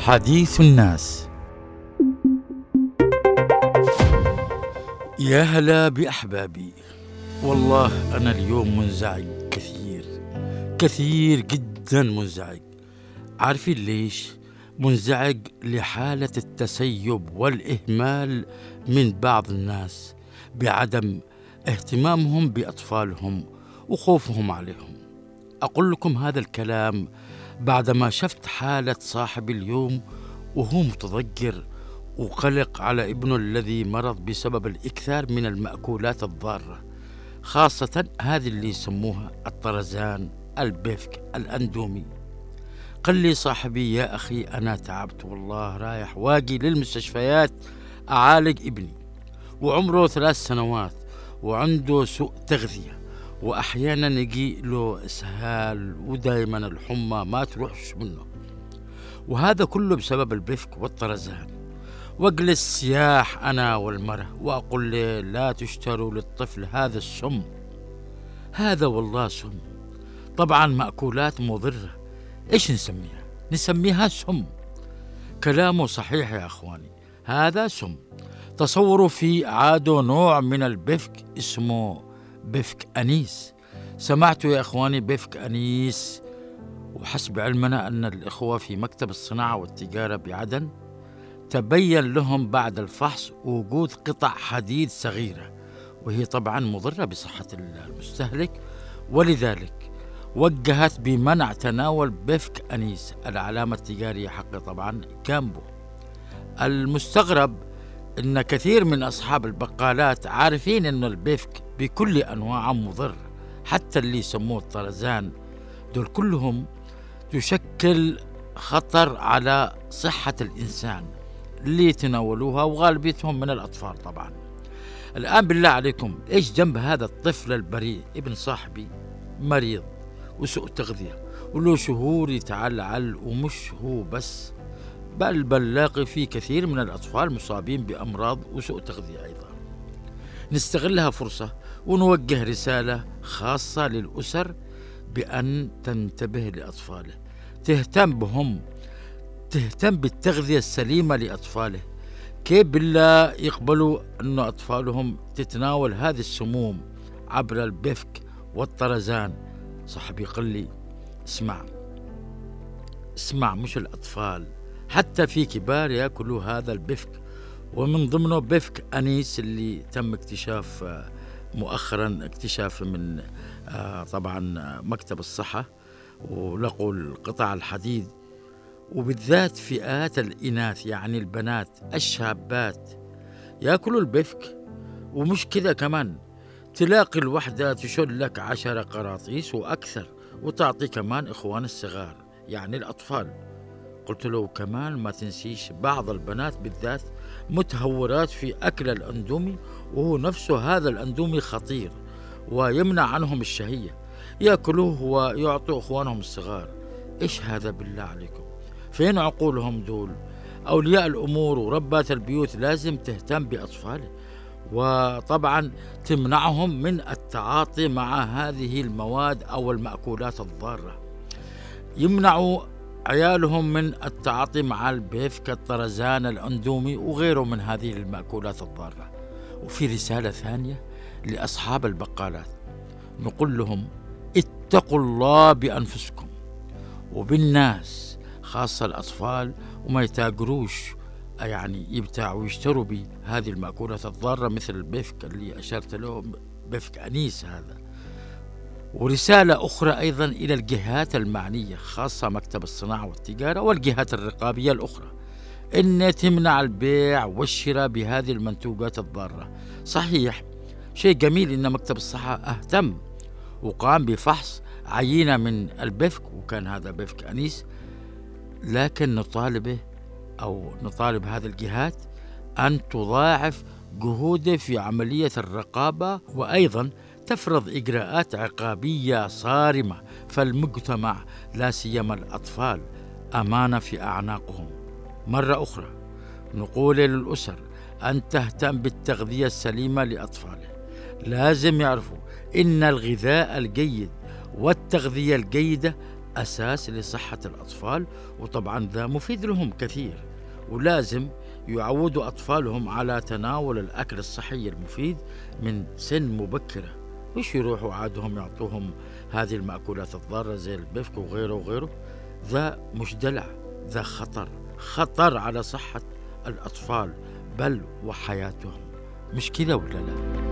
حديث الناس. يا هلا بأحبابي، والله أنا اليوم منزعج كثير جدا منزعج. عارفين ليش؟ منزعج لحالة التسيب والإهمال من بعض الناس بعدم اهتمامهم بأطفالهم وخوفهم عليهم. أقول لكم هذا الكلام بعدما شفت حالة صاحبي اليوم وهو متضجر وقلق على ابنه الذي مرض بسبب الإكثار من المأكولات الضارة، خاصة هذه اللي يسموها الطرزان، البفك، الأندومي. قال لي صاحبي: يا أخي أنا تعبت والله، رايح واجي للمستشفيات أعالج ابني وعمره 3 سنوات وعنده سوء تغذية، وأحيانا يجي له إسهال ودايما الحمى ما تروحش منه، وهذا كله بسبب البفك والطرزان. واجلس سياح أنا والمرة وأقول له: لا تشتروا للطفل هذا السم، هذا والله سم. طبعا مأكولات مضرة، إيش نسميها؟ نسميها سم. كلامه صحيح يا أخواني، هذا سم. تصوروا في عاده نوع من البفك اسمه بفك أنيس. سمعتوا يا أخواني بفك أنيس؟ وحسب علمنا أن الإخوة في مكتب الصناعة والتجارة بعدن تبين لهم بعد الفحص وجود قطع حديد صغيرة، وهي طبعا مضرة بصحة المستهلك، ولذلك وجهت بمنع تناول بفك أنيس. العلامة التجارية حقه طبعا جامبو. المستغرب إن كثير من أصحاب البقالات عارفين إن البفك بكل أنواعه مضر، حتى اللي يسموه الطرزان، دول كلهم تشكل خطر على صحة الإنسان اللي يتناولوها، وغالبيتهم من الأطفال طبعا. الآن بالله عليكم، إيش ذنب هذا الطفل البريء؟ ابن صاحبي مريض وسوء تغذية وله شهور يتعلعل، ومش هو بس، بل لاقي في كثير من الأطفال مصابين بأمراض وسوء تغذية أيضا. نستغلها فرصة ونوجه رسالة خاصة للأسر بأن تنتبه لأطفاله، تهتم بهم، تهتم بالتغذية السليمة لأطفاله. كيف بالله يقبلوا أن أطفالهم تتناول هذه السموم عبر البفك والطرزان؟ صاحبي قال لي: اسمع، مش الأطفال، حتى في كبار يأكلوا هذا البفك، ومن ضمنه بفك أنيس اللي تم اكتشاف مؤخرا، اكتشاف من طبعا مكتب الصحة، ولقوا القطع الحديد، وبالذات فئات الإناث، يعني البنات الشابات يأكلوا البفك. ومش كذا كمان، تلاقي الوحدة تشل لك 10 قراطيس وأكثر، وتعطي كمان إخوان الصغار يعني الأطفال. قلت له كمان ما تنسيش بعض البنات بالذات متهورات في أكل الأندومي، وهو نفسه هذا الأندومي خطير ويمنع عنهم الشهية، يأكلوه ويعطوا إخوانهم الصغار. إيش هذا بالله عليكم؟ فين عقولهم دول؟ أولياء الأمور وربات البيوت لازم تهتم بأطفاله، وطبعا تمنعهم من التعاطي مع هذه المواد أو المأكولات الضارة. يمنعوا عيالهم من التعاطي مع البفك، الطرزان، الأندومي وغيره من هذه المأكولات الضارة. وفي رسالة ثانية لأصحاب البقالات، نقول لهم: اتقوا الله بأنفسكم وبالناس، خاصة الأطفال، وما يتاجروش يعني يبتاعوا ويشتروا بهذه المأكولات الضارة مثل البفك اللي أشرت له، بفك أنيس هذا. ورسالة أخرى أيضا إلى الجهات المعنية، خاصة مكتب الصناعة والتجارة والجهات الرقابية الأخرى، إن تمنع البيع والشراء بهذه المنتوجات الضارة. صحيح شيء جميل إن مكتب الصحة أهتم وقام بفحص عينة من البفك، وكان هذا بفك أنيس، لكن نطالب هذه الجهات أن تضاعف جهودها في عملية الرقابة، وأيضا تفرض إجراءات عقابية صارمة، فالمجتمع لا سيما الأطفال أمانة في أعناقهم. مرة أخرى نقول للأسر أن تهتم بالتغذية السليمة لأطفاله. لازم يعرفوا إن الغذاء الجيد والتغذية الجيدة أساس لصحة الأطفال، وطبعا ذا مفيد لهم كثير، ولازم يعودوا أطفالهم على تناول الأكل الصحي المفيد من سن مبكرة، مش يروحوا عادهم يعطوهم هذه المأكولات الضارة زي البفك وغيره وغيره. ذا مش دلع، ذا خطر على صحة الأطفال بل وحياتهم، مش كذا ولا لا؟